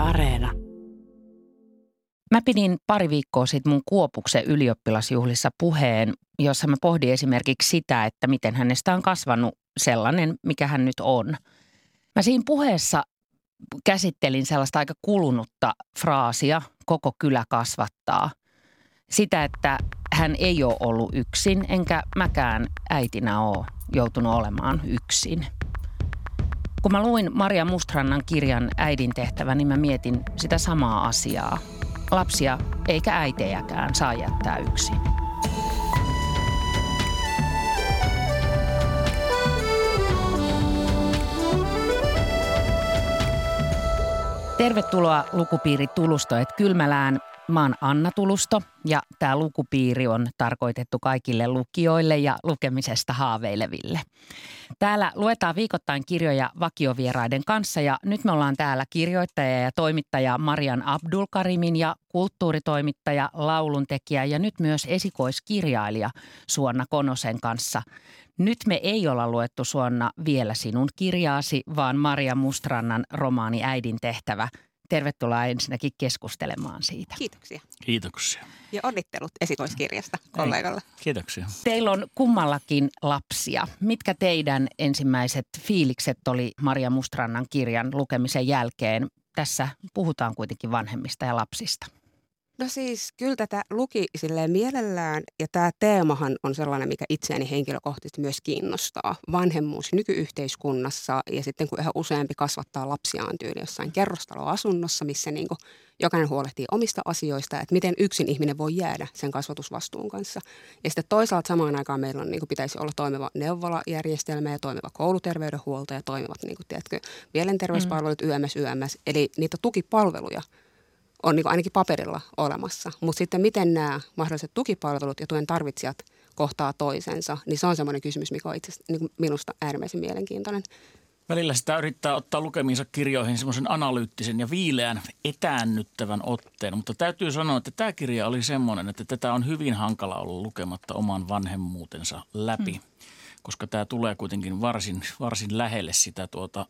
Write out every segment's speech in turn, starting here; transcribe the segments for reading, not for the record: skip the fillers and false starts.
Areena. Mä pidin pari viikkoa sitten mun Kuopuksen ylioppilasjuhlissa puheen, jossa mä pohdin esimerkiksi sitä, että miten hänestä on kasvanut sellainen, mikä hän nyt on. Mä siinä puheessa käsittelin sellaista aika kulunutta fraasia, koko kylä kasvattaa. Sitä, että hän ei ole ollut yksin, enkä mäkään äitinä ole joutunut olemaan yksin. Kun mä luin Maria Mustrannan kirjan Äidin tehtävä, niin mä mietin sitä samaa asiaa. Lapsia eikä äitejäkään saa jättää yksin. Tervetuloa lukupiiri Tulustoet Kylmälään. Mä oon Anna Tulusto ja tämä lukupiiri on tarkoitettu kaikille lukijoille ja lukemisesta haaveileville. Täällä luetaan viikoittain kirjoja vakiovieraiden kanssa ja nyt me ollaan täällä kirjoittaja ja toimittaja Marian Abdulkarimin ja kulttuuritoimittaja, lauluntekijä ja nyt myös esikoiskirjailija Suonna Konosen kanssa. Nyt me ei olla luettu, Suonna, vielä sinun kirjaasi, vaan Maria Mustrannan romaani Äidin tehtävä. Tervetuloa ensinnäkin keskustelemaan siitä. Kiitoksia. Kiitoksia. Ja onnittelut esikoiskirjasta kollegalle. Kiitoksia. Teillä on kummallakin lapsia. Mitkä teidän ensimmäiset fiilikset oli Maria Mustrannan kirjan lukemisen jälkeen? Tässä puhutaan kuitenkin vanhemmista ja lapsista. No siis kyllä tätä luki silleen mielellään ja tämä teemahan on sellainen, mikä itseäni henkilökohtaisesti myös kiinnostaa. Vanhemmuus nykyyhteiskunnassa ja sitten kun yhä useampi kasvattaa lapsiaan tyyli jossain kerrostaloasunnossa, missä niin kuin jokainen huolehtii omista asioista, että miten yksin ihminen voi jäädä sen kasvatusvastuun kanssa. Ja sitten toisaalta samaan aikaan meillä on, niin kuin pitäisi olla toimiva neuvolajärjestelmä ja toimiva kouluterveydenhuolto ja toimivat niin kuin, tiedätkö, mielenterveyspalvelut YMS. Eli niitä tukipalveluja on niin kuin ainakin paperilla olemassa. Mutta sitten miten nämä mahdolliset tukipalvelut ja tuen tarvitsijat kohtaa toisensa, niin se on semmoinen kysymys, mikä on itse asiassa niin minusta äärimmäisen mielenkiintoinen. Välillä sitä yrittää ottaa lukemiinsa kirjoihin semmoisen analyyttisen ja viileän etäännyttävän otteen. Mutta täytyy sanoa, että tämä kirja oli semmoinen, että tätä on hyvin hankala olla lukematta oman vanhemmuutensa läpi. Koska tämä tulee kuitenkin varsin lähelle sitä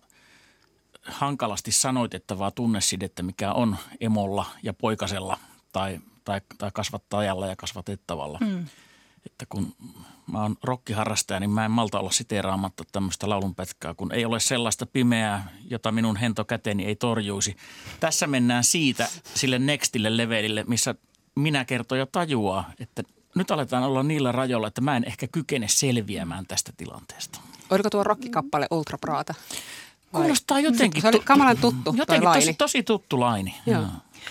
hankalasti sanoitettavaa tunnesidettä, mikä on emolla ja poikasella tai kasvattajalla ja kasvatettavalla. Että kun mä oon rokkiharrastaja, niin mä en malta olla siteeraamatta tämmöistä laulunpätkää, kun ei ole sellaista pimeää, jota minun hentokäteni ei torjuisi. Tässä mennään siitä sille nextille levelille, missä minä kertoja tajuaa, että nyt aletaan olla niillä rajoilla, että mä en ehkä kykene selviämään tästä tilanteesta. Oliko tuo rokkikappale Ultra Praata? Kuulostaa jotenkin. Se oli kamalan tuttu jotenkin tosi tuttu laini. Joo.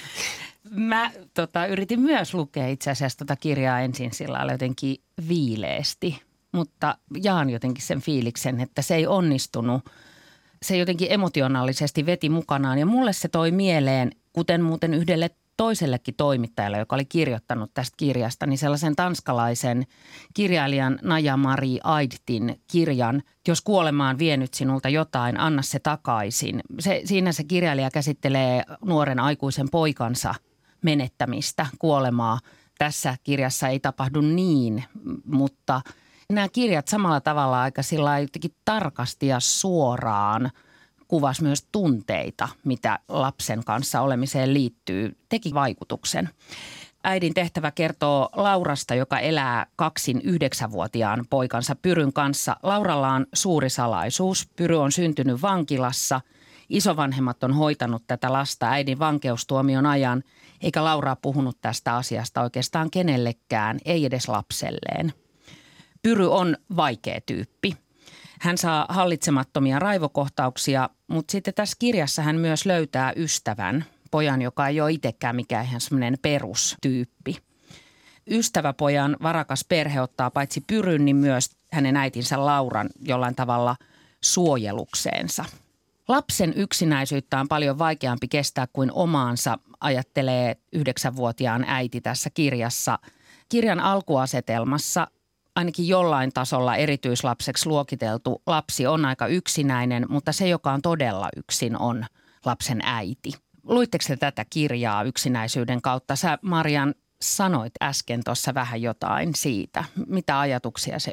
Mä yritin myös lukea itse asiassa kirjaa ensin sillä lailla jotenkin viileesti, mutta jaan jotenkin sen fiiliksen, että se ei onnistunut. Se jotenkin emotionaalisesti veti mukanaan ja mulle se toi mieleen, kuten muuten yhdelle toisellekin toimittajalle, joka oli kirjoittanut tästä kirjasta, niin sellaisen tanskalaisen kirjailijan Naja-Marie Aidtin kirjan Jos kuolema on vienyt sinulta jotain, anna se takaisin. Siinä se kirjailija käsittelee nuoren aikuisen poikansa menettämistä, kuolemaa. Tässä kirjassa ei tapahdu niin, mutta nämä kirjat samalla tavalla aika sillä jotenkin tarkasti ja suoraan kuvasi myös tunteita, mitä lapsen kanssa olemiseen liittyy, teki vaikutuksen. Äidin tehtävä kertoo Laurasta, joka elää kaksin 9-vuotiaan poikansa Pyryn kanssa. Lauralla on suuri salaisuus. Pyry on syntynyt vankilassa. Isovanhemmat on hoitanut tätä lasta äidin vankeustuomion ajan, eikä Laura puhunut tästä asiasta oikeastaan kenellekään, ei edes lapselleen. Pyry on vaikea tyyppi. Hän saa hallitsemattomia raivokohtauksia, mutta sitten tässä kirjassa hän myös löytää ystävän, pojan, joka ei ole itsekään mikään ihan semmoinen perustyyppi. Ystäväpojan varakas perhe ottaa paitsi Pyryn, niin myös hänen äitinsä Lauran jollain tavalla suojelukseensa. Lapsen yksinäisyyttä on paljon vaikeampi kestää kuin omaansa, ajattelee 9-vuotiaan äiti tässä kirjassa. Kirjan alkuasetelmassa ainakin jollain tasolla erityislapseksi luokiteltu lapsi on aika yksinäinen, mutta se, joka on todella yksin, on lapsen äiti. Luitteko te tätä kirjaa yksinäisyyden kautta? Sä, Marian, sanoit äsken tuossa vähän jotain siitä. Mitä ajatuksia se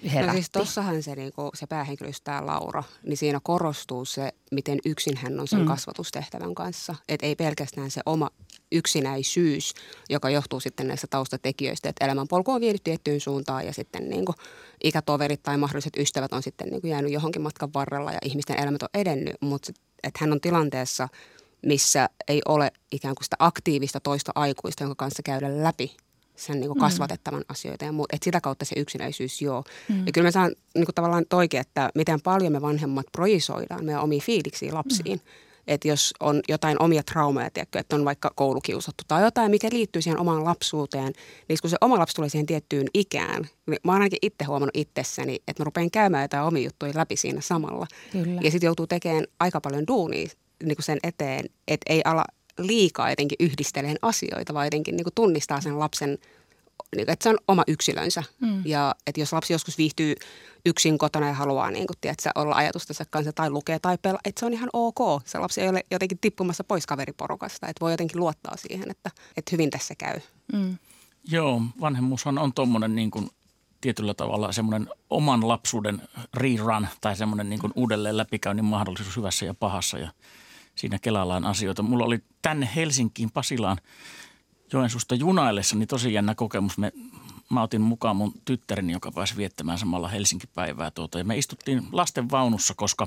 herätti? No siis tossahan se, niin se päähenkilö, tämä Laura, niin siinä korostuu se, miten yksin hän on sen kasvatustehtävän kanssa. Että ei pelkästään se oma yksinäisyys, joka johtuu sitten näistä taustatekijöistä, että elämänpolku on vienyt tiettyyn suuntaan ja sitten niin kuin ikätoverit tai mahdolliset ystävät on sitten niin kuin jäänyt johonkin matkan varrella ja ihmisten elämät on edennyt, mutta että hän on tilanteessa, missä ei ole ikään kuin sitä aktiivista toista aikuista, jonka kanssa käydä läpi sen niin kuin kasvatettavan asioita ja muut. Että sitä kautta se yksinäisyys, joo. Ja kyllä mä saan niin kuin tavallaan toikin, että miten paljon me vanhemmat projisoidaan meidän omia fiiliksiä lapsiin. Että jos on jotain omia traumeja, tiedätkö, että on vaikka koulukiusattu tai jotain, mikä liittyy siihen omaan lapsuuteen, niin kun se oma lapsi tulee siihen tiettyyn ikään, niin mä oon ainakin itse huomannut itsessäni, että mä rupean käymään jotain omia juttuja läpi siinä samalla. Kyllä. Ja sitten joutuu tekemään aika paljon duunia niin kuin sen eteen, että ei ala liikaa jotenkin yhdisteleen asioita, vaan jotenkin niin kuin tunnistaa sen lapsen, niin kuin, että se on oma yksilönsä. Ja että jos lapsi joskus viihtyy yksin kotona ja haluaa niin kuin, tiedätkö, olla ajatustensa kanssa tai lukee tai pelaa, että se on ihan ok. Se lapsi ei ole jotenkin tippumassa pois kaveriporukasta, että voi jotenkin luottaa siihen, että hyvin tässä käy. Joo, vanhemmuushan on tuommoinen niin kuin tietyllä tavalla semmoinen oman lapsuuden rerun tai semmoinen niin kuin uudelleen läpikäynnin mahdollisuus hyvässä ja pahassa ja siinä kelaillaan asioita. Mulla oli tänne Helsinkiin Pasilaan Joensuusta junaillessa niin tosi jännä kokemus. Mä otin mukaan mun tyttäreni, joka pääsi viettämään samalla Helsinki-päivää ja me istuttiin lasten vaunussa, koska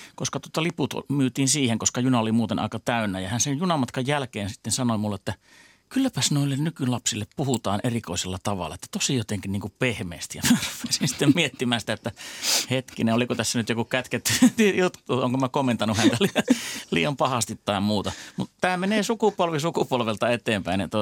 liput myytiin siihen, koska juna oli muuten aika täynnä. Ja hän sen junamatkan jälkeen sitten sanoi mulle, että kylläpäs noille nykylapsille puhutaan erikoisella tavalla, että tosi jotenkin niin kuin pehmeästi. Ja mä rupesin sitten miettimään sitä, että hetkinen, oliko tässä nyt joku kätketty juttu, onko mä komentanut häntä liian pahasti tai muuta. Mutta tämä menee sukupolvi sukupolvelta eteenpäin ja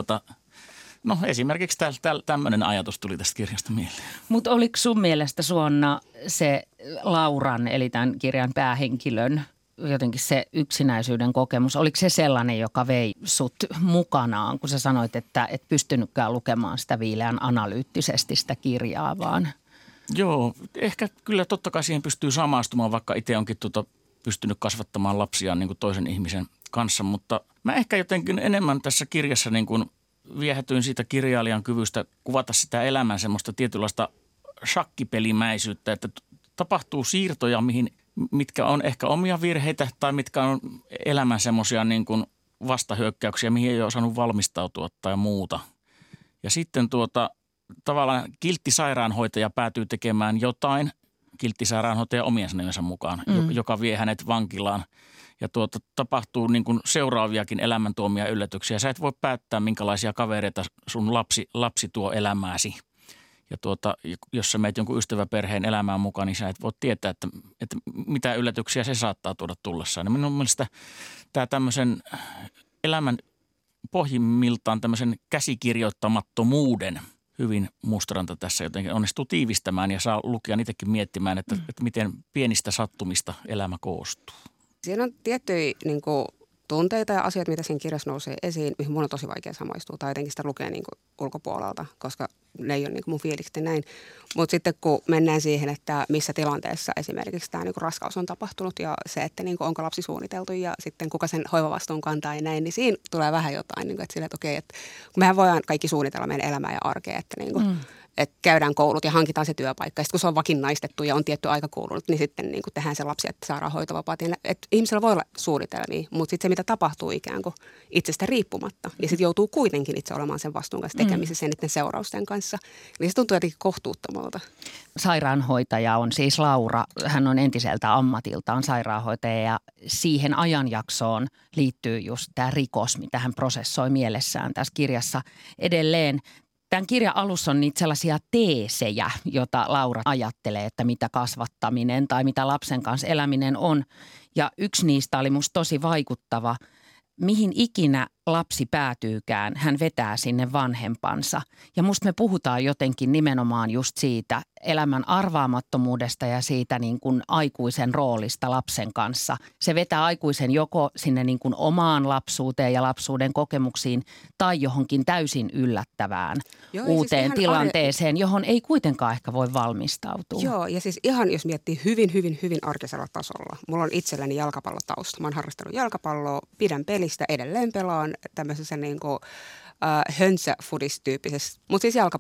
no esimerkiksi tämmöinen ajatus tuli tästä kirjasta mieleen. Mutta oliko sun mielestä, Suonna, se Lauran, eli tämän kirjan päähenkilön, jotenkin se yksinäisyyden kokemus, oliko se sellainen, joka vei sut mukanaan, kun sä sanoit, että et pystynytkään lukemaan sitä viileän analyyttisesti sitä kirjaa vaan? Joo, ehkä kyllä totta kai siihen pystyy samastumaan, vaikka itse onkin pystynyt kasvattamaan lapsiaan niin kuin toisen ihmisen kanssa, mutta mä ehkä jotenkin enemmän tässä kirjassa niin kuin viehätyin siitä kirjailijan kyvystä kuvata sitä elämän semmoista tietynlaista shakkipelimäisyyttä, että tapahtuu siirtoja, mitkä on ehkä omia virheitä tai mitkä on elämän semmoisia niin kuin vastahyökkäyksiä, mihin ei ole osannut valmistautua tai muuta. Ja sitten tavallaan kiltti sairaanhoitaja päätyy tekemään jotain, kiltti sairaanhoitaja omien sanojensa mukaan, joka vie hänet vankilaan. Ja tapahtuu niin kuin seuraaviakin elämän tuomia yllätyksiä. Sä et voi päättää, minkälaisia kavereita sun lapsi tuo elämääsi. Ja jos sä meet jonkun ystäväperheen elämään mukaan, niin sä et voi tietää, että mitä yllätyksiä se saattaa tuoda tullessaan. Ja minun mielestä tämä tämmöisen elämän pohjimmiltaan tämmöisen käsikirjoittamattomuuden hyvin Mustaranta tässä jotenkin onnistuu tiivistämään ja saa lukijan itsekin miettimään, että miten pienistä sattumista elämä koostuu. Siinä on tiettyjä niin kuin tunteita ja asioita, mitä siinä kirjassa nousee esiin, mihin mun on tosi vaikea samaistua tai jotenkin sitä lukea niin kuin ulkopuolelta, koska ne ei ole niin kuin mun fiilikset näin. Mutta sitten kun mennään siihen, että missä tilanteessa esimerkiksi tämä niin kuin raskaus on tapahtunut ja se, että niin kuin onko lapsi suunniteltu ja sitten kuka sen hoivavastuun kantaa ja näin, niin siinä tulee vähän jotain, niin kuin, että sillä, että okei, että kun mehän voidaan kaikki suunnitella meidän elämää ja arkea, että niin kuin, että käydään koulut ja hankitaan se työpaikka. Ja sitten kun se on vakinnaistettu ja on tietty aika kuulunut, niin sitten niin kuin tehdään se lapsi, että saadaan hoitovapaat. Että ihmisellä voi olla suunnitelmia, mutta sitten se, mitä tapahtuu ikään kuin itsestä riippumatta. Ja sitten joutuu kuitenkin itse olemaan sen vastuun kanssa tekemisessä niiden seurausten kanssa. Niin se tuntuu jotenkin kohtuuttomalta. Sairaanhoitaja on siis Laura. Hän on entiseltä ammatiltaan sairaanhoitaja ja siihen ajanjaksoon liittyy just tämä rikos, mitä hän prosessoi mielessään tässä kirjassa edelleen. Tämän kirjan alussa on niitä sellaisia teesejä, joita Laura ajattelee, että mitä kasvattaminen tai mitä lapsen kanssa eläminen on. Ja yksi niistä oli musta tosi vaikuttava. Mihin ikinä lapsi päätyykään, hän vetää sinne vanhempansa. Ja musta me puhutaan jotenkin nimenomaan just siitä elämän arvaamattomuudesta ja siitä niin kuin aikuisen roolista lapsen kanssa. Se vetää aikuisen joko sinne niin kuin omaan lapsuuteen ja lapsuuden kokemuksiin tai johonkin täysin yllättävään uuteen siis tilanteeseen, johon ei kuitenkaan ehkä voi valmistautua. Joo, ja siis ihan jos miettii hyvin arkisella tasolla. Mulla on itselläni jalkapallotausta. Mä oon harrastanut jalkapalloa, pidän pelistä, edelleen pelaan tämmöisessä niin kuin höntsäfudis-tyyppisessä, mutta siis jalkapallo.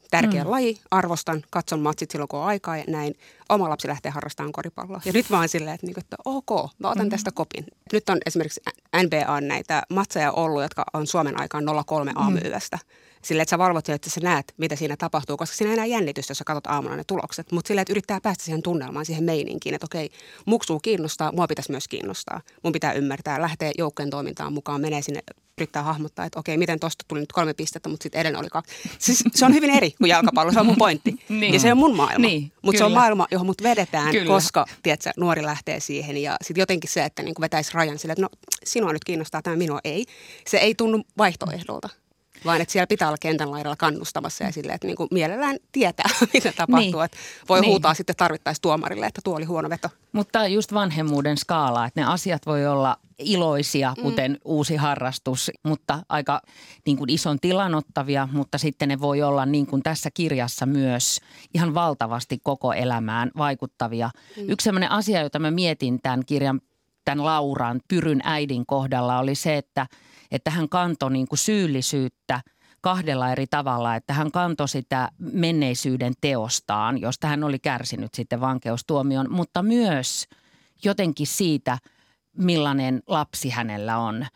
Tärkeä laji, arvostan, katson matsit silloin kun on aikaa ja näin. Oma lapsi lähtee harrastamaan koripalloa. Ja nyt mä oon silleen, että ok, mä otan tästä kopin. Nyt on esimerkiksi NBA näitä matseja ollut, jotka on Suomen aikaan 03 aamuyöstä. Silleen, että sä valvot että sä näet, mitä siinä tapahtuu, koska siinä ei enää jännitystä, jos sä katsot aamulla ne tulokset. Mutta silleen, että yrittää päästä siihen tunnelmaan, siihen meininkiin, että okei, muksuu kiinnostaa, mua pitäisi myös kiinnostaa. Mun pitää ymmärtää, lähtee joukkojen toimintaan mukaan, menee sinne, yrittää hahmottaa, että okei, miten tosta tuli nyt 3 pistettä, mutta sitten edellinen oli 2. Siis se on hyvin eri kuin jalkapallo, se on mun pointti. Niin. Ja se on mun maailma. Niin, mutta se on maailma, johon mut vedetään, Kyllä. koska tiedätkö, nuori lähtee siihen. Ja sitten jotenkin se, että niin vetäisi rajan silleen, että no sinua nyt kiinnostaa, tämä minua ei. Se ei tunnu vaihtoehdolta. Vaan että siellä pitää olla kentän laidalla kannustamassa ja silleen, että niin kuin mielellään tietää, mitä tapahtuu. Niin. Että voi huutaa sitten tarvittaisi tuomarille, että tuo oli huono veto. Mutta just vanhemmuuden skaala, että ne asiat voi olla iloisia, kuten uusi harrastus, mutta aika niin kuin ison tilan ottavia, mutta sitten ne voi olla niin kuin tässä kirjassa myös ihan valtavasti koko elämään vaikuttavia. Yksi sellainen asia, jota mä mietin tämän kirjan, tämän Lauran, Pyryn äidin kohdalla oli se, että hän kantoi niin kuin syyllisyyttä 2 eri tavalla, että hän kantoi sitä menneisyyden teostaan, josta hän oli kärsinyt sitten vankeustuomion, mutta myös jotenkin siitä, millainen lapsi hänellä on,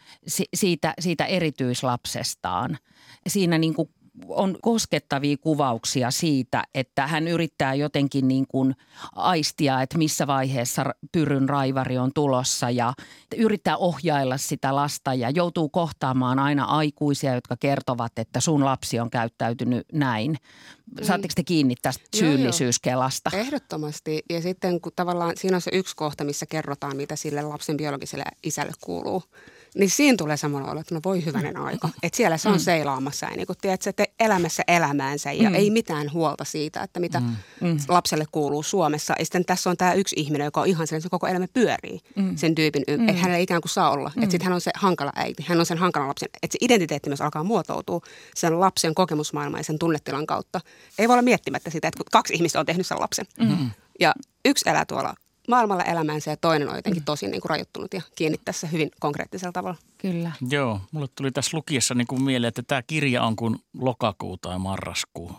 siitä erityislapsestaan. Siinä niin kuin on koskettavia kuvauksia siitä, että hän yrittää jotenkin niin kuin aistia, että missä vaiheessa Pyryn raivari on tulossa ja yrittää ohjailla sitä lasta ja joutuu kohtaamaan aina aikuisia, jotka kertovat, että sun lapsi on käyttäytynyt näin. Saatteko te kiinni tästä syyllisyyskelasta? Ehdottomasti. Ja sitten kun tavallaan siinä on se yksi kohta, missä kerrotaan, mitä sille lapsen biologiselle isälle kuuluu. Niin siinä tulee samalla olo, että no voi hyvänen aika. Että siellä se on seilaamassa ja niin kun tiedät, että elämässä elämäänsä ja ei mitään huolta siitä, että mitä lapselle kuuluu Suomessa. Ja sitten tässä on tämä yksi ihminen, joka on ihan sellainen, se koko elämä pyörii sen tyypin. Että hänellä ei ikään kuin saa olla. Että sitten hän on se hankala äiti, hän on sen hankalan lapsen. Että se identiteetti myös alkaa muotoutua sen lapsen kokemusmaailman ja sen tunnetilan kautta. Ei voi olla miettimättä sitä, että kun 2 ihmistä on tehnyt sen lapsen. Ja yksi elää tuolla maailmalla elämäänsä ja toinen on jotenkin tosi niin kuin rajoittunut ja kiinni tässä hyvin konkreettisella tavalla. Kyllä. Joo, mulle tuli tässä lukiessa niin kuin mieleen, että tämä kirja on kuin lokakuu tai marraskuu.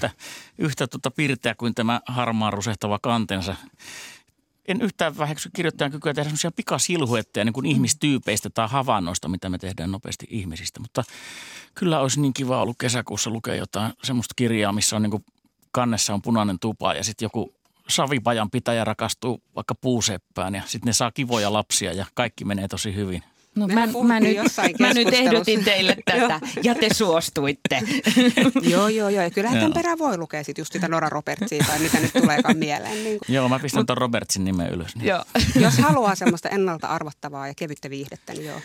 Yhtä pirteä kuin tämä harmaan rusehtava kantensa. En yhtään väheksy kirjoittajan kykyä tehdä sellaisia pikasilhuetteja niin kuin ihmistyypeistä tai havainnoista, mitä me tehdään nopeasti ihmisistä. Mutta kyllä olisi niin kiva ollut kesäkuussa lukea jotain semmoista kirjaa, missä on niin kuin kannessa on punainen tupa ja sitten joku savipajan pitäjä rakastuu vaikka puuseppään ja sitten ne saa kivoja lapsia ja kaikki menee tosi hyvin. No, mä nyt ehdotin teille tätä ja te suostuitte. Joo. Ja kyllähän tämän perään voi lukea sit just sitä Nora Robertsia tai mitä nyt tuleekaan mieleen. Niin joo, mä pistän ton Robertsin nimen ylös. Niin. Joo. Jos haluaa semmoista ennalta arvattavaa ja kevyttä viihdettä, niin joo.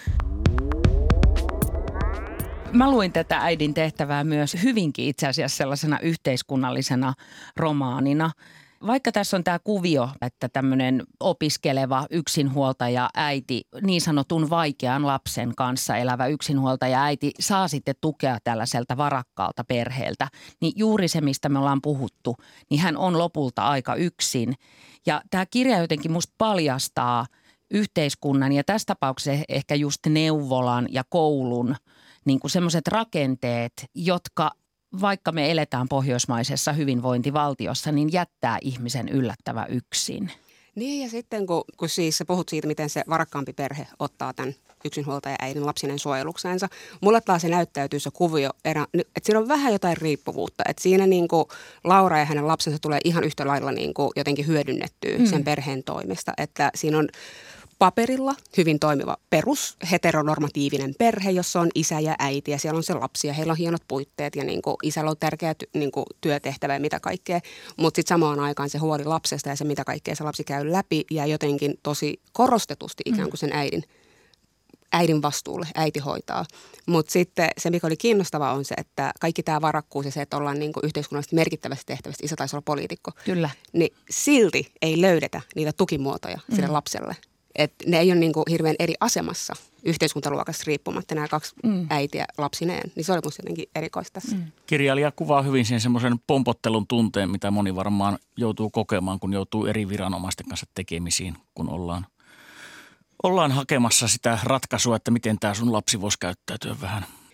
Mä luin tätä äidin tehtävää myös hyvinkin itse asiassa sellaisena yhteiskunnallisena romaanina. Vaikka tässä on tämä kuvio, että tämmöinen opiskeleva yksinhuoltaja äiti, niin sanotun vaikean lapsen kanssa elävä yksinhuoltaja äiti saa sitten tukea tällaiselta varakkaalta perheeltä, niin juuri se, mistä me ollaan puhuttu, niin hän on lopulta aika yksin. Ja tämä kirja jotenkin musta paljastaa yhteiskunnan ja tässä tapauksessa ehkä just neuvolan ja koulun niin kuin semmoiset rakenteet, jotka vaikka me eletään pohjoismaisessa hyvinvointivaltiossa, niin jättää ihmisen yllättävän yksin. Niin ja sitten kun siis sä puhut siitä, miten se varakkaampi perhe ottaa tämän yksinhuoltaja-äidin lapsinen suojelukseensa. Mulle taas se näyttäytyy se kuvio, että siinä on vähän jotain riippuvuutta. Että siinä niin kuin Laura ja hänen lapsensa tulee ihan yhtä lailla niin kuin jotenkin hyödynnettyä sen perheen toimesta. Että siinä on paperilla hyvin toimiva perus heteronormatiivinen perhe, jossa on isä ja äiti ja siellä on se lapsi ja heillä on hienot puitteet ja niin kuin isällä on tärkeä niin kuin työtehtävä ja mitä kaikkea. Mutta sitten samaan aikaan se huoli lapsesta ja se mitä kaikkea se lapsi käy läpi ja jotenkin tosi korostetusti ikään kuin sen äidin vastuulle, äiti hoitaa. Mutta sitten se, mikä oli kiinnostavaa, on se, että kaikki tämä varakkuus ja se, että ollaan niin kuin yhteiskunnallisesti merkittävästä tehtävästä, isä taisi olla poliitikko, Kyllä. niin silti ei löydetä niitä tukimuotoja sille lapselle. Että ne ei ole niin kuin hirveän eri asemassa yhteiskuntaluokasta riippumatta nämä 2 äitiä lapsineen. Niin se oli musta jotenkin erikoista tässä. Kirjailija kuvaa hyvin sen semmoisen pompottelun tunteen, mitä moni varmaan joutuu kokemaan, kun joutuu eri viranomaisten kanssa tekemisiin, kun ollaan hakemassa sitä ratkaisua, että miten tämä sun lapsi voisi käyttäytyä vähän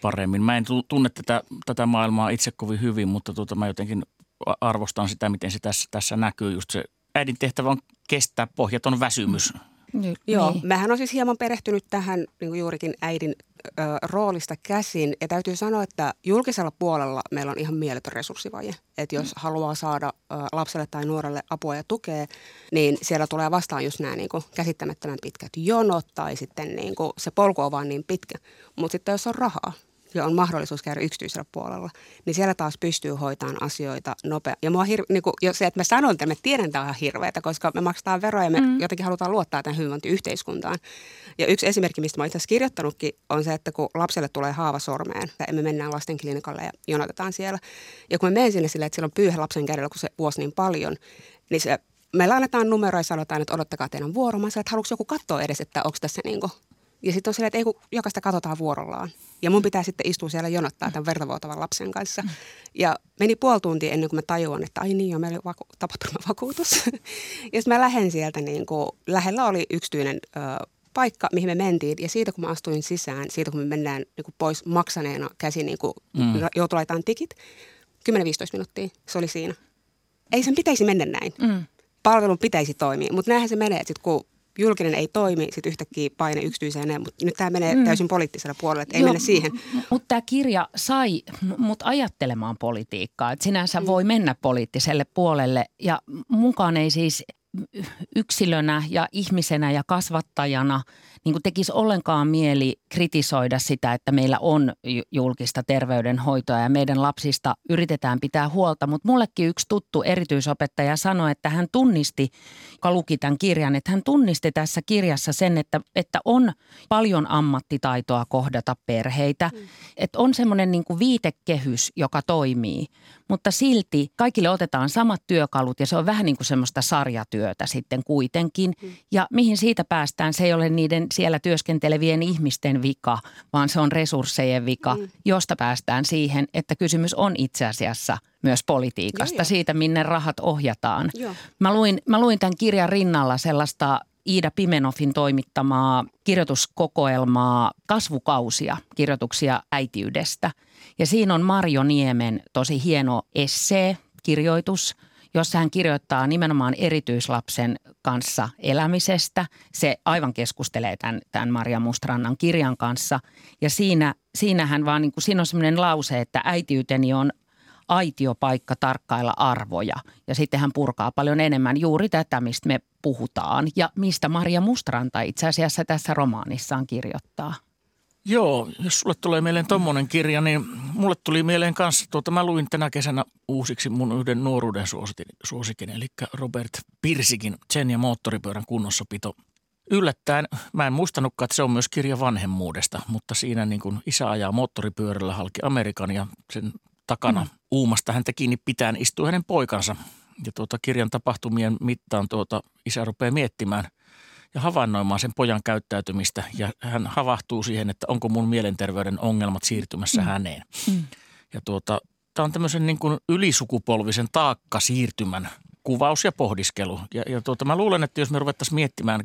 paremmin. Mä en tunne tätä maailmaa itse kovin hyvin, mutta mä jotenkin arvostan sitä, miten se tässä näkyy. Just se äidin tehtävä on kestää pohjaton väsymys. Joo, mähän on siis hieman perehtynyt tähän niin kuin juurikin äidin roolista käsin. Ja täytyy sanoa, että julkisella puolella meillä on ihan mieletön resurssivaje. Että jos haluaa saada lapselle tai nuorelle apua ja tukea, niin siellä tulee vastaan just nämä niin kuin käsittämättömän pitkät jonot tai sitten niin kuin se polku on vaan niin pitkä. Mutta sitten jos on rahaa ja on mahdollisuus käydä yksityisellä puolella, niin siellä taas pystyy hoitamaan asioita nopeasti. Ja mua niin se, että mä sanon, että mä tiedän, että tämä on ihan hirveätä, koska me maksetaan veroja ja me jotenkin halutaan luottaa tämän hyvinvointiyhteiskuntaan. Ja yksi esimerkki, mistä mä oon itse asiassa kirjoittanutkin, on se, että kun lapselle tulee haava sormeen, ja me mennään lastenklinikalle ja jonotetaan siellä. Ja kun me menen sinne silleen, että siellä on pyyhe lapsen kädellä, kun se vuosi niin paljon, niin meillä annetaan numero ja sanotaan, että odottakaa teidän vuoro. Mä sanon, että haluatko joku katsoa edes, että onko tässä niin kuin. Ja sitten on silleen, että ei kun jokaista katsotaan vuorollaan. Ja mun pitää sitten istua siellä jonottaa tämän vertavuotavan lapsen kanssa. Ja meni puoli tuntia ennen kuin mä tajuan, että ai niin, meillä on tapaturmavakuutus. Ja sitten mä lähden sieltä, niin kuin, lähellä oli yksityinen paikka, mihin me mentiin. Ja siitä kun mä astuin sisään, siitä kun me mennään niin kuin pois maksaneena käsin, niin kuin joutui laittamaan tikit, 10-15 minuuttia, se oli siinä. Ei sen pitäisi mennä näin. Palvelun pitäisi toimia, mutta näinhän se menee, että sit kun julkinen ei toimi, sitten yhtäkkiä paine yksityiseen, mutta nyt tämä menee täysin poliittiselle puolelle, että ei mennä siihen. Mutta tämä kirja sai mut ajattelemaan politiikkaa, että sinänsä voi mennä poliittiselle puolelle ja mukaan ei siis yksilönä ja ihmisenä ja kasvattajana niin kuin tekisi ollenkaan mieli kritisoida sitä, että meillä on julkista terveydenhoitoa ja meidän lapsista yritetään pitää huolta. Mutta mullekin yksi tuttu erityisopettaja sanoi, että hän tunnisti, joka luki tämän kirjan, että hän tunnisti tässä kirjassa sen, että on paljon ammattitaitoa kohdata perheitä. Että on semmoinen niin kuin viitekehys, joka toimii, mutta silti kaikille otetaan samat työkalut ja se on vähän niin kuin semmoista sarjatyötä sitten kuitenkin. Ja mihin siitä päästään, se ei ole niiden siellä työskentelevien ihmisten vika, vaan se on resurssejen vika, josta päästään siihen, että kysymys on itse asiassa myös politiikasta, siitä minne rahat ohjataan. Mä luin tämän kirjan rinnalla sellaista Iida Pimenoffin toimittamaa kirjoituskokoelmaa Kasvukausia, kirjoituksia äitiydestä. Ja siinä on Marjo Niemen tosi hieno kirjoitus, jossa hän kirjoittaa nimenomaan erityislapsen kanssa elämisestä. Se aivan keskustelee tämän Marja Mustrannan kirjan kanssa. Ja siinä hän vaan, niin kuin, siinä on sellainen lause, että äitiyteni on aitiopaikka tarkkailla arvoja. Ja sitten hän purkaa paljon enemmän juuri tätä, mistä me puhutaan ja mistä Marja Mustranta itse asiassa tässä romaanissaan kirjoittaa. Joo, jos sulle tulee mieleen tommonen kirja, niin mulle tuli mieleen kanssa, mä luin tänä kesänä uusiksi mun yhden nuoruuden suosikin, eli Robert Pirsikin Jen ja moottoripyörän kunnossapito. Yllättäen, mä en muistanutkaan, että se on myös kirja vanhemmuudesta, mutta siinä niin kuin isä ajaa moottoripyörällä halki Amerikan ja sen takana uumasta häntä kiinni pitäen istuu hänen poikansa. Ja kirjan tapahtumien mittaan isä rupeaa miettimään ja havainnoimaan sen pojan käyttäytymistä ja hän havahtuu siihen, että onko mun mielenterveyden ongelmat siirtymässä häneen. Ja tämä on tämmöisen niin kuin ylisukupolvisen taakkasiirtymän kuvaus ja pohdiskelu. Ja mä luulen, että jos me ruvettaisiin miettimään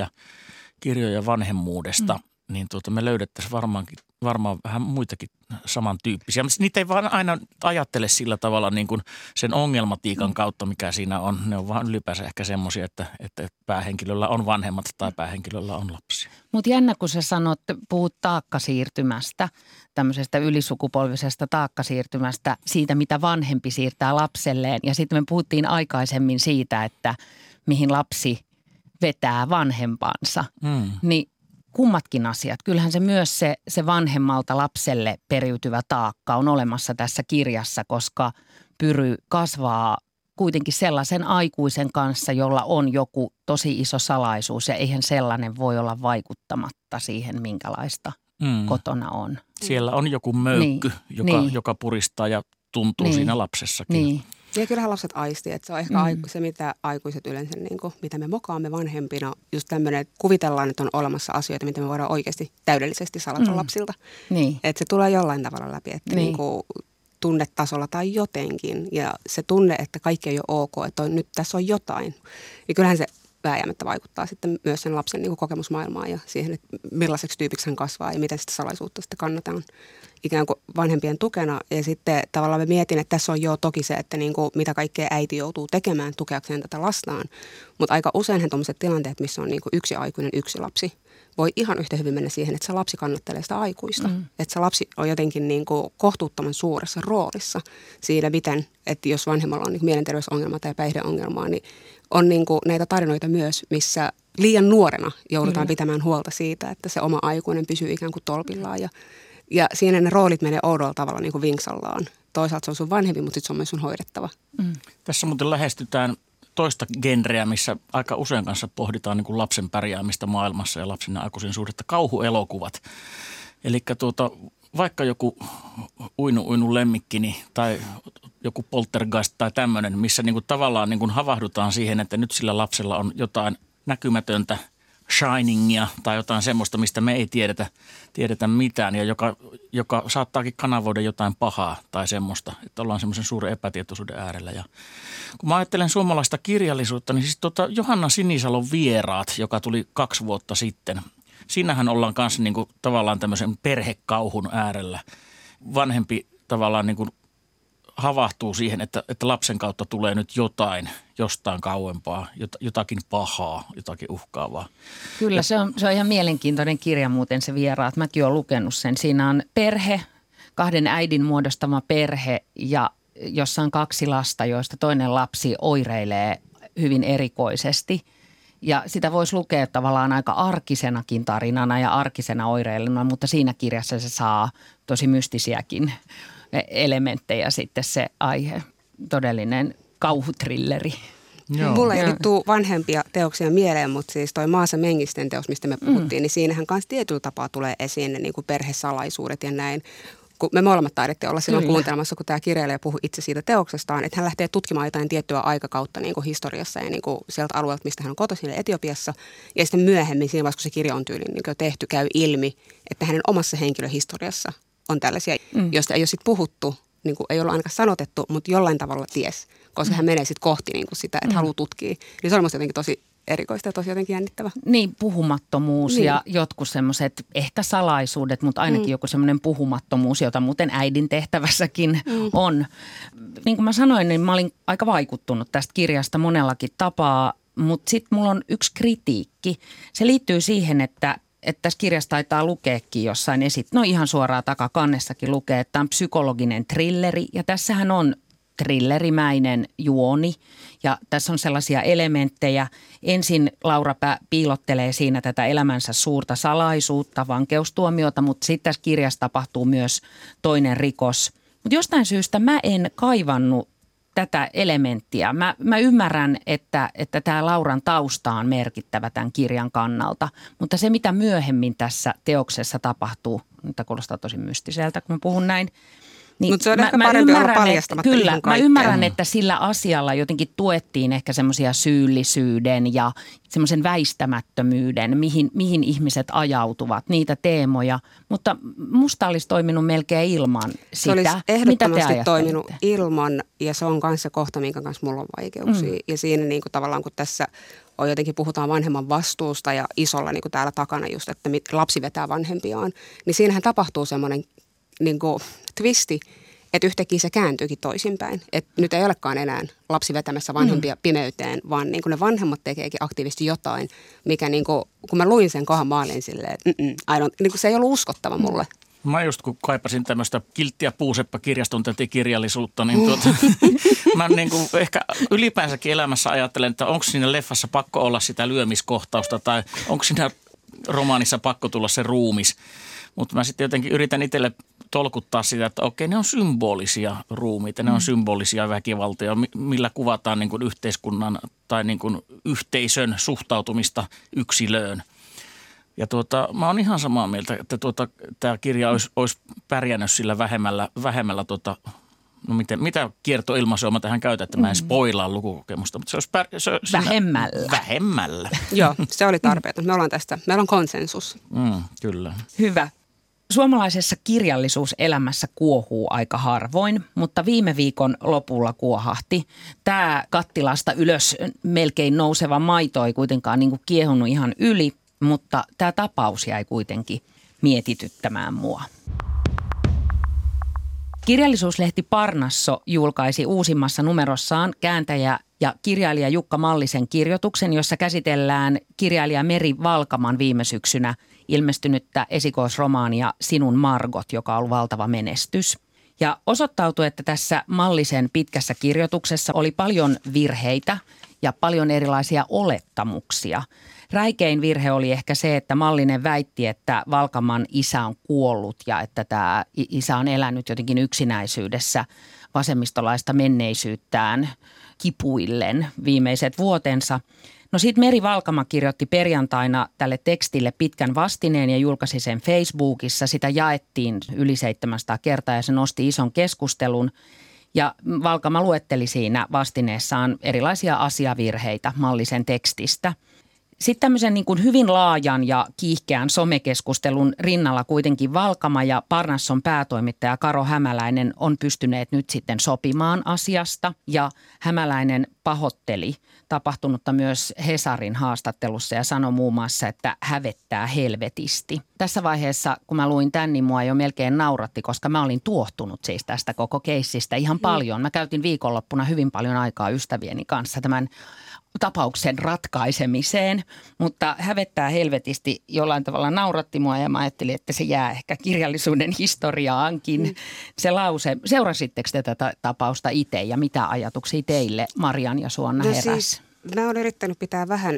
kirjoja vanhemmuudesta, niin me löydettäisiin varmaan vähän muitakin samantyyppisiä. Mutta niitä ei vaan aina ajattele sillä tavalla niin kuin sen ongelmatiikan kautta, mikä siinä on. Ne on vaan ylipäänsä ehkä semmoisia, että päähenkilöllä on vanhemmat tai päähenkilöllä on lapsia. Mutta jännä, kun sä puhut taakkasiirtymästä, tämmöisestä ylisukupolvisesta taakkasiirtymästä, siitä mitä vanhempi siirtää lapselleen. Ja sitten me puhuttiin aikaisemmin siitä, että mihin lapsi vetää vanhempansa, niin kummatkin asiat. Kyllähän se myös se vanhemmalta lapselle periytyvä taakka on olemassa tässä kirjassa, koska Pyry kasvaa kuitenkin sellaisen aikuisen kanssa, jolla on joku tosi iso salaisuus ja eihän sellainen voi olla vaikuttamatta siihen, minkälaista kotona on. Siellä on joku möykky, joka puristaa ja tuntuu siinä lapsessakin. Niin. Ja kyllähän lapset aistii, että se on ehkä se, mitä aikuiset yleensä, niin kuin, mitä me mokaamme vanhempina, just tämmöinen, että kuvitellaan, että on olemassa asioita, mitä me voidaan oikeasti täydellisesti salata lapsilta. Niin. Että se tulee jollain tavalla läpi, että niin kuin tunnetasolla tai jotenkin. Ja se tunne, että kaikki ei ole ok, että nyt tässä on jotain. Ja kyllähän se vääjäämättä vaikuttaa sitten myös sen lapsen niin kuin kokemusmaailmaan ja siihen, että millaiseksi tyypiksi hän kasvaa ja miten sitä salaisuutta sitten kannataan ikään kuin vanhempien tukena. Ja sitten tavallaan mä mietin, että tässä on jo toki se, että niin kuin mitä kaikkea äiti joutuu tekemään tukeakseen tätä lastaan. Mutta aika useinhan tuommoiset tilanteet, missä on niin kuin yksi aikuinen, yksi lapsi, voi ihan yhtä hyvin mennä siihen, että se lapsi kannattelee sitä aikuista. Että se lapsi on jotenkin niin kuin kohtuuttoman suuressa roolissa siinä, miten, että jos vanhemmalla on niin kuin mielenterveysongelma tai päihdeongelmaa, niin on niin kuin näitä tarinoita myös, missä liian nuorena joudutaan pitämään huolta siitä, että se oma aikuinen pysyy ikään kuin tolpillaan. Ja siinä ne roolit menee oudolla tavalla niin kuin vinksallaan. Toisaalta se on sun vanhempi, mutta sitten se on myös sun hoidettava. Tässä muuten lähestytään toista genreä, missä aika usein kanssa pohditaan niin kuin lapsen pärjäämistä maailmassa ja lapsen ja aikuisen suhdetta, kauhuelokuvat. Eli vaikka joku uinu lemmikkini tai joku poltergeist tai tämmöinen, missä niin kuin tavallaan niin kuin havahdutaan siihen, että nyt sillä lapsella on jotain näkymätöntä shiningia tai jotain semmoista, mistä me ei tiedetä mitään ja joka saattaakin kanavoida jotain pahaa tai semmoista, että ollaan semmoisen suuren epätietoisuuden äärellä. Ja kun mä ajattelen suomalaista kirjallisuutta, niin siis Johanna Sinisalon Vieraat, joka tuli 2 vuotta sitten, siinähän ollaan kanssa niin kuin tavallaan tämmöisen perhekauhun äärellä. Vanhempi tavallaan niin kuin havahtuu siihen, että lapsen kautta tulee nyt jotain jostain kauempaa, jotakin pahaa, jotakin uhkaavaa. Kyllä, se on ihan mielenkiintoinen kirja muuten se Vieraat. Mäkin olen lukenut sen. Siinä on perhe, 2 äidin muodostama perhe ja jossa on 2 lasta, joista toinen lapsi oireilee hyvin erikoisesti. Ja sitä voisi lukea tavallaan aika arkisenakin tarinana ja arkisena oireiluna, mutta siinä kirjassa se saa tosi mystisiäkin elementtejä sitten se aihe, todellinen kauhutrilleri. Joo. Mulla ei nyt tule vanhempia teoksia mieleen, mutta siis toi Maasa Mengisten teos, mistä me puhuttiin, niin siinähän kanssa tietyllä tapaa tulee esiin ne niin kuin perhesalaisuudet ja näin. Kun me molemmat taidettiin olla silloin kuuntelemassa, kun tämä kirjailija puhui itse siitä teoksestaan, että hän lähtee tutkimaan jotain tiettyä aikakautta niin kuin historiassa ja niin kuin sieltä alueelta, mistä hän on kotoisin, Etiopiassa. Ja sitten myöhemmin, siinä vaiheessa, kun se kirja on tyyliin niin tehty, käy ilmi, että hänen omassa henkilöhistoriassa on tällaisia, joista ei ole sitten puhuttu, niin kuin ei ole ainakaan sanotettu, mutta jollain tavalla ties, koska hän menee sitten kohti niin kuin sitä, että haluaa tutkia. Niin se on musta jotenkin tosi erikoista ja tosi jotenkin jännittävä. Niin, puhumattomuus ja jotkut semmoiset ehkä salaisuudet, mutta ainakin joku semmoinen puhumattomuus, jota muuten äidin tehtävässäkin on. Niin kuin mä sanoin, niin mä olin aika vaikuttunut tästä kirjasta monellakin tapaa, mutta sitten mulla on yksi kritiikki. Se liittyy siihen, että tässä kirjassa taitaa lukeekin jossain ihan suoraan takakannessakin lukee, että tämä on psykologinen thrilleri ja tässähän on thrillerimäinen juoni ja tässä on sellaisia elementtejä. Ensin Laura piilottelee siinä tätä elämänsä suurta salaisuutta, vankeustuomiota, mutta sitten tässä kirjassa tapahtuu myös toinen rikos. Mutta jostain syystä mä en kaivannut tätä elementtiä. Mä ymmärrän, että tämä Lauran tausta on merkittävä tämän kirjan kannalta, mutta se mitä myöhemmin tässä teoksessa tapahtuu, nyt kuulostaa tosi mystiseltä, kun mä puhun näin, niin mutta se on ehkä parempi olla paljastamatta ihan kaikkea. Mä ymmärrän, että sillä asialla jotenkin tuettiin ehkä semmoisia syyllisyyden ja semmoisen väistämättömyyden, mihin ihmiset ajautuvat, niitä teemoja. Mutta musta olisi toiminut melkein ilman sitä. Se olisi ehdottomasti toiminut ilman ja se on kanssa kohta, minkä kanssa mulla on vaikeuksia. Ja siinä niin kuin tavallaan kun tässä on jotenkin puhutaan vanhemman vastuusta ja isolla niin kuin täällä takana just, että lapsi vetää vanhempiaan, niin siinähän tapahtuu semmoinen niin kuin twisti, että yhtäkkiä se kääntyykin toisinpäin. Että nyt ei olekaan enää lapsi vetämässä vanhempia pimeyteen, vaan niin kuin ne vanhemmat tekeekin aktiivisesti jotain, mikä niin kuin, kun mä luin sen kohan maalin silleen, että niin kuin se ei ollut uskottava mulle. Mä just kun kaipasin tämmöistä kilttiä puuseppa-kirjaston kirjallisuutta, niin mä niin kuin ehkä ylipäänsäkin elämässä ajattelen, että onko siinä leffassa pakko olla sitä lyömiskohtausta tai onko siinä romaanissa pakko tulla se ruumis. Mutta mä sitten jotenkin yritän itselle tolkuttaa sitä, että okei, ne on symbolisia ruumiita, ne on symbolisia väkivaltoja, millä kuvataan niin kuin yhteiskunnan tai niin kuin yhteisön suhtautumista yksilöön. Ja mä oon ihan samaa mieltä, että tämä kirja olisi pärjännyt sillä vähemmällä no mitä kiertoilmaisua mä tähän käytän, että mä en spoilaa lukukokemusta, mutta se olisi vähemmällä. Joo, se oli tarpeeton. Meillä on konsensus. Kyllä. Hyvä. Suomalaisessa kirjallisuuselämässä kuohuu aika harvoin, mutta viime viikon lopulla kuohahti. Tämä kattilasta ylös melkein nouseva maito ei kuitenkaan niin kuin kiehunut ihan yli, mutta tämä tapaus jäi kuitenkin mietityttämään mua. Kirjallisuuslehti Parnasso julkaisi uusimmassa numerossaan kääntäjä ja kirjailija Jukka Mallisen kirjoituksen, jossa käsitellään kirjailija Meri Valkaman viime syksynä ilmestynyttä esikoisromaania Sinun Margot, joka on ollut valtava menestys. Ja osoittautui, että tässä Mallisen pitkässä kirjoituksessa oli paljon virheitä ja paljon erilaisia olettamuksia. Räikein virhe oli ehkä se, että Mallinen väitti, että Valkaman isä on kuollut ja että tämä isä on elänyt jotenkin yksinäisyydessä vasemmistolaista menneisyyttään kipuillen viimeiset vuotensa. No sitten Meri Valkama kirjoitti perjantaina tälle tekstille pitkän vastineen ja julkaisi sen Facebookissa. Sitä jaettiin yli 700 kertaa ja se nosti ison keskustelun. Ja Valkama luetteli siinä vastineessaan erilaisia asiavirheitä Mallisen tekstistä. Sitten tämmöisen niin kuin hyvin laajan ja kiihkeän somekeskustelun rinnalla kuitenkin Valkama ja Parnasson päätoimittaja Karo Hämäläinen on pystyneet nyt sitten sopimaan asiasta. Ja Hämäläinen pahoitteli tapahtunutta myös Hesarin haastattelussa ja sanoi muun muassa, että hävettää helvetisti. Tässä vaiheessa, kun mä luin tämän, niin mua jo melkein nauratti, koska mä olin tuohtunut siis tästä koko keissistä ihan paljon. Mä käytin viikonloppuna hyvin paljon aikaa ystävieni kanssa tämän tapauksen ratkaisemiseen, mutta hävettää helvetisti jollain tavalla nauratti mua ja mä ajattelin, että se jää ehkä kirjallisuuden historiaankin. Se lause, seurasitteko te tätä tapausta itse ja mitä ajatuksia teille Marian ja Suonna heräsi? Siis, mä olen yrittänyt pitää vähän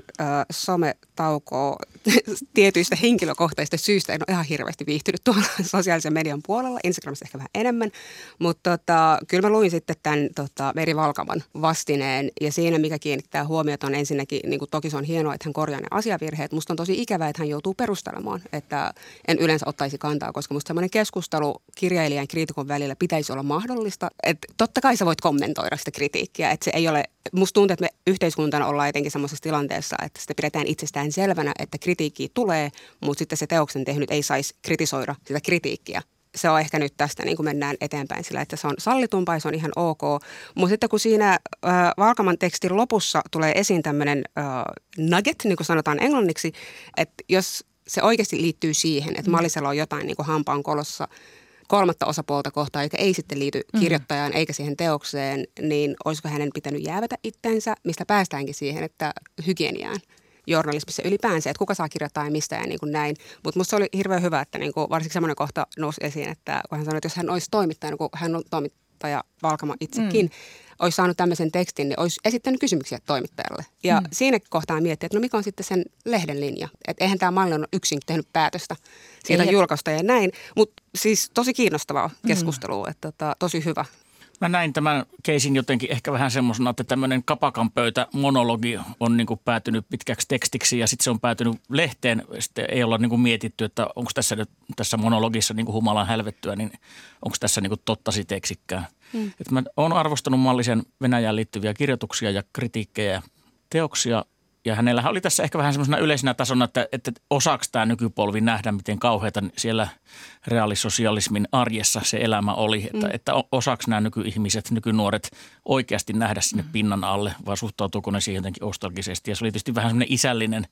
sometaukoa tietyistä henkilökohtaisista syistä. En ole ihan hirveästi viihtynyt tuolla sosiaalisen median puolella, Instagramissa ehkä vähän enemmän, mutta kyllä mä luin sitten tämän Meri Valkaman vastineen ja siinä mikä kiinnittää huomiota on ensinnäkin, niin kuin toki se on hienoa, että hän korjaa ne asiavirheet. Musta on tosi ikävää, että hän joutuu perustelemaan, että en yleensä ottaisi kantaa, koska musta semmoinen keskustelu kirjailijan ja kriitikon välillä pitäisi olla mahdollista. Että totta kai sä voit kommentoida sitä kritiikkiä, että se ei ole, musta tuntuu, että me yhteiskuntana ollaan jotenkin semmoisessa tilanteessa, että sitä pidetään itsestään selvänä, että kritiikkiä tulee, mutta sitten se teoksen tehnyt ei saisi kritisoida sitä kritiikkiä. Se on ehkä nyt tästä, niin kuin mennään eteenpäin sillä, että se on sallitumpaa ja se on ihan ok. Mutta sitten kun siinä Valkaman tekstin lopussa tulee esiin tämmöinen nugget, niin kuin sanotaan englanniksi, että jos se oikeasti liittyy siihen, että Mallisella on jotain niin kuin hampaan kolossa kolmatta osapuolta kohtaa, eikä ei sitten liity kirjoittajaan eikä siihen teokseen, niin olisiko hänen pitänyt jäävätä itsensä, mistä päästäänkin siihen, että hygieniaan journalismissa ylipäänsä, että kuka saa kirjoittaa ja mistä ja niin kuin näin. Mutta musta se oli hirveän hyvä, että niin kuin varsinkin semmoinen kohta nousi esiin, että kun hän sanoi, että jos hän olisi toimittaja, kun hän on toimittaja Valkama itsekin, olisi saanut tämmöisen tekstin, niin olisi esittänyt kysymyksiä toimittajalle. Ja siinä kohtaa miettii, että no mikä on sitten sen lehden linja. Että eihän tämä Malli ole yksin tehnyt päätöstä siitä julkaista ja näin. Mutta siis tosi kiinnostavaa keskustelua, että tosi hyvä. Mä näin tämän keisin jotenkin ehkä vähän semmoisena, että tämmöinen kapakan pöytä monologi on niin kuin päätynyt pitkäksi tekstiksi ja sitten se on päätynyt lehteen. Sitten ei olla niin kuin mietitty, että onko tässä monologissa niin kuin humalan hälvettyä, niin onko tässä niin kuin totta siteksikään. Että mä oon arvostanut Mallisen Venäjään liittyviä kirjoituksia ja kritiikkejä ja teoksia. Ja hänellähän oli tässä ehkä vähän semmoisena yleisenä tasona, että osaako tämä nykypolvi nähdä, miten kauheata siellä reaalisosialismin arjessa se elämä oli. Että osaako nämä nykyihmiset, nykynuoret oikeasti nähdä sinne pinnan alle vai suhtautuuko ne siihen jotenkin nostalgisesti. Ja se oli tietysti vähän semmoinen isällinen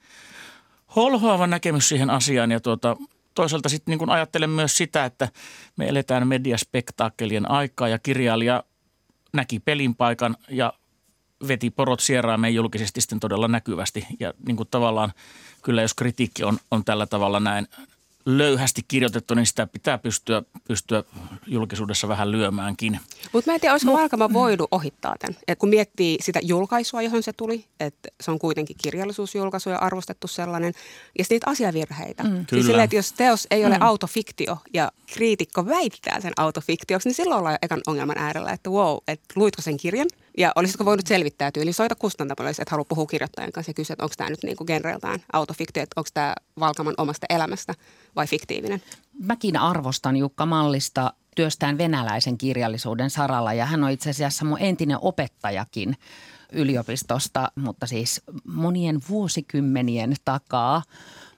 holhoava näkemys siihen asiaan. Ja toisaalta sitten niin kun ajattelen myös sitä, että me eletään mediaspektaakkelien aikaa ja kirjailija näki pelinpaikan ja veti porot sieraimeen julkisesti sitten todella näkyvästi. Ja niin kuin tavallaan kyllä jos kritiikki on tällä tavalla näin löyhästi kirjoitettu, niin sitä pitää pystyä julkisuudessa vähän lyömäänkin. Mutta mä en tiedä, olisiko Valkama voinut ohittaa tämän. Et kun miettii sitä julkaisua, johon se tuli, että se on kuitenkin kirjallisuusjulkaisu ja arvostettu sellainen, ja sitten niitä asiavirheitä. Siis silleen, että jos teos ei ole autofiktio ja kriitikko väittää sen autofiktioksi, niin silloin ollaan ekan ongelman äärellä, että wow, että luitko sen kirjan? Ja olisitko voinut selvittää tyyliin, soita kustantamolle, että haluaa puhua kirjoittajan kanssa ja kysyä, että onko tämä nyt niinku genreiltään autofiktio, että onko tämä Valkaman omasta elämästä vai fiktiivinen? Mäkin arvostan Jukka Mallista työstään venäläisen kirjallisuuden saralla ja hän on itse asiassa mun entinen opettajakin yliopistosta, mutta siis monien vuosikymmenien takaa.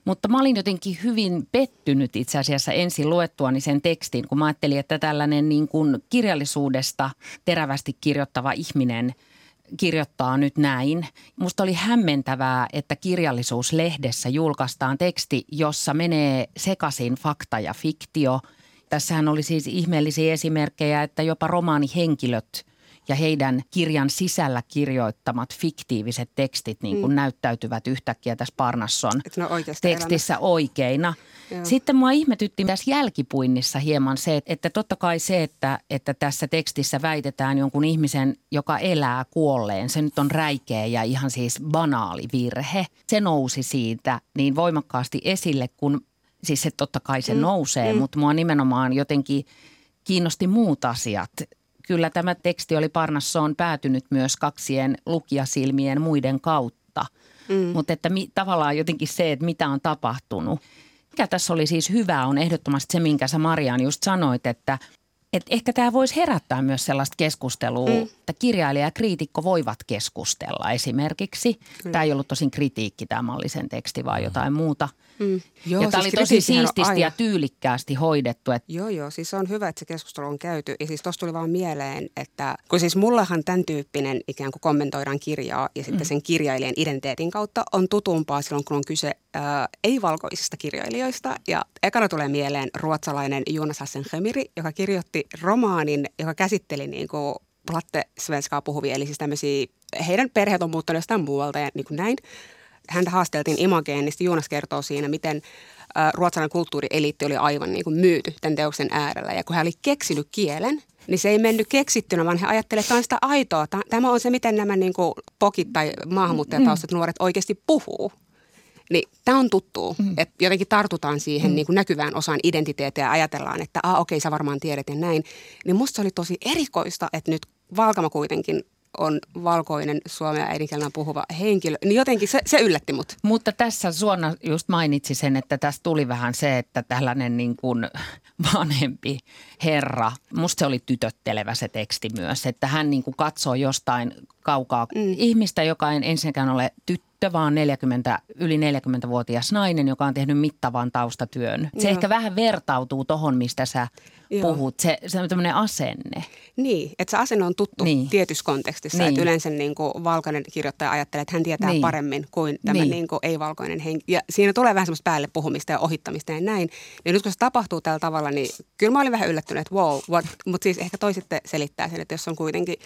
Mutta mä olin jotenkin hyvin pettynyt itse asiassa ensin luettuani sen tekstin, kun mä ajattelin, että tällainen niin kuin kirjallisuudesta terävästi kirjoittava ihminen kirjoittaa nyt näin. Musta oli hämmentävää, että Kirjallisuuslehdessä julkaistaan teksti, jossa menee sekaisin fakta ja fiktio. Tässähän oli siis ihmeellisiä esimerkkejä, että jopa romaanihenkilöt ja heidän kirjan sisällä kirjoittamat fiktiiviset tekstit niin kuin näyttäytyvät yhtäkkiä tässä Parnasson tekstissä oikeina. Joo. Sitten mua ihmetytti tässä jälkipuinnissa hieman se, että totta kai se, että tässä tekstissä väitetään jonkun ihmisen, joka elää kuolleen, se nyt on räikeä ja ihan siis banaali virhe. Se nousi siitä niin voimakkaasti esille, kun siis se totta kai se nousee, mutta mua nimenomaan jotenkin kiinnosti muut asiat. Kyllä tämä teksti oli Parnassoon päätynyt myös kaksien lukijasilmien muiden kautta, mutta että tavallaan jotenkin se, että mitä on tapahtunut. Mikä tässä oli siis hyvää on ehdottomasti se, minkä sä Marian just sanoit, että ehkä tämä voisi herättää myös sellaista keskustelua, että kirjailija ja kriitikko voivat keskustella esimerkiksi. Tämä ei ollut tosin kritiikki, tämä mallisen teksti, vaan jotain muuta. Joo, ja tämä siis oli tosi siististi ja tyylikkäästi hoidettu. Joo, siis on hyvä, että se keskustelu on käyty. Ja siis tuossa tuli vaan mieleen, että kun siis mullahan tämän tyyppinen ikään kuin kommentoidaan kirjaa ja sitten sen kirjailijan identiteetin kautta on tutumpaa silloin, kun on kyse ei-valkoisista kirjailijoista. Ja ekana tulee mieleen ruotsalainen Jonas Hasselchemiri, joka kirjoitti romaanin, joka käsitteli niin kuin platte-svenskaa puhuvia, eli siis tämmöisiä, heidän perheet on muuttanut jostain muualta ja niin kuin näin. Häntä haasteltiin Imageenista. Jonas kertoo siinä, miten ruotsalainen kulttuurieliitti oli aivan niin kuin myyty tämän teoksen äärellä. Ja kun hän oli keksinyt kielen, niin se ei mennyt keksittynä, vaan he ajattelivat, että tämä on sitä aitoa. Tämä on se, miten nämä niin kuin pokit tai maahanmuuttajataustat nuoret oikeasti puhuu. Niin tämä on tuttua, että jotenkin tartutaan siihen niin kuin näkyvään osaan identiteettiä ja ajatellaan, että okei, sä varmaan tiedät ja näin. Niin musta se oli tosi erikoista, että nyt Valkama kuitenkin on valkoinen suomea äidinkielellä puhuva henkilö, niin jotenkin se yllätti mut. Mutta tässä Suonna just mainitsi sen, että tässä tuli vähän se, että tällainen niin kuin vanhempi herra, musta se oli tytöttelevä se teksti myös, että hän niin kuin katsoo jostain kaukaa ihmistä, joka ei ensinnäkään ole tyttö, vaan yli 40-vuotias nainen, joka on tehnyt mittavan taustatyön. Se ehkä vähän vertautuu tohon, mistä sä puhut. Se on tämmöinen asenne. Niin, että se asenne on tuttu tietyssä kontekstissa. Niin. Että yleensä niin kuin valkoinen kirjoittaja ajattelee, että hän tietää paremmin kuin tämä niin kuin ei-valkoinen henkilö. Ja siinä tulee vähän semmoista päälle puhumista ja ohittamista ja näin. Ja nyt kun se tapahtuu tällä tavalla, niin kyllä mä olin vähän yllättynyt, että wow, mutta siis ehkä toi sitten selittää sen, että jos on kuitenkin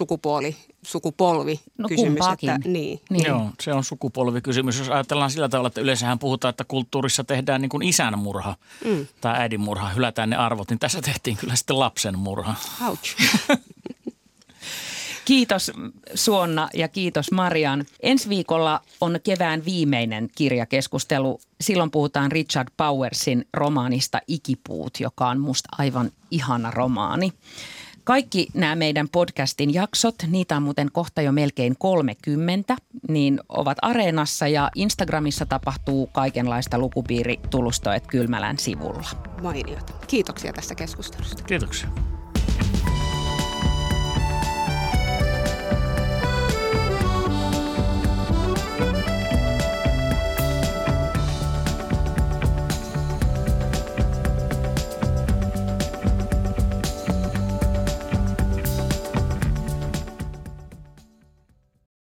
sukupolvi kysymys. Että, niin. Joo, se on sukupolvikysymys. Jos ajatellaan sillä tavalla, että yleensähän puhutaan, että kulttuurissa tehdään niin kuin isän murha tai äidin murha, hylätään ne arvot, niin tässä tehtiin kyllä sitten lapsen murha. Ouch. Kiitos Suonna ja kiitos Marian. Ensi viikolla on kevään viimeinen kirjakeskustelu. Silloin puhutaan Richard Powersin romaanista Ikipuut, joka on musta aivan ihana romaani. Kaikki nämä meidän podcastin jaksot, niitä on muuten kohta jo melkein 30, niin ovat Areenassa ja Instagramissa tapahtuu kaikenlaista lukupiiritulustoet Kylmälän sivulla. Mainiota. Kiitoksia tästä keskustelusta. Kiitoksia.